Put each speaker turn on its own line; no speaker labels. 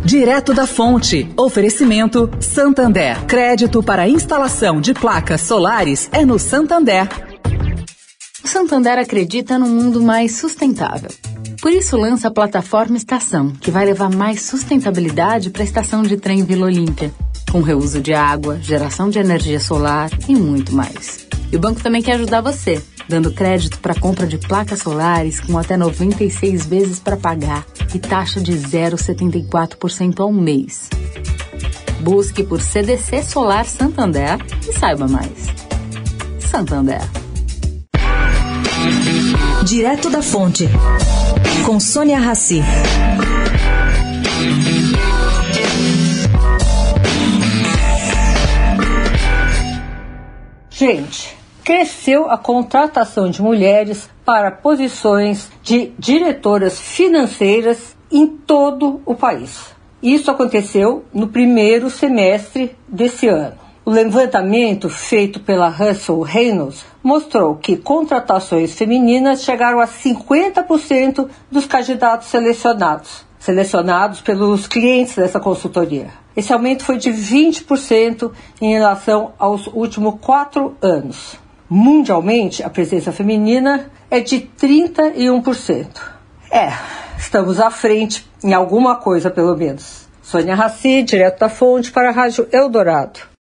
Direto da fonte. Oferecimento Santander. Crédito para instalação de placas solares é no Santander.
O Santander acredita num mundo mais sustentável. Por isso lança a plataforma Estação, que vai levar mais sustentabilidade para a estação de trem Vila Olímpia, com reuso de água, geração de energia solar e muito mais. E o banco também quer ajudar você, dando crédito para compra de placas solares com até 96 vezes para pagar e taxa de 0,74% ao mês. Busque por CDC Solar Santander e saiba mais. Santander.
Direto da fonte, com Sônia Rassi.
Gente, cresceu a contratação de mulheres para posições de diretoras financeiras em todo o país. Isso aconteceu no primeiro semestre desse ano. O levantamento feito pela Russell Reynolds mostrou que contratações femininas chegaram a 50% dos candidatos selecionados pelos clientes dessa consultoria. Esse aumento foi de 20% em relação aos últimos 4 anos. Mundialmente, a presença feminina é de 31%. Estamos à frente em alguma coisa, pelo menos. Sônia Rassi, direto da fonte para a Rádio Eldorado.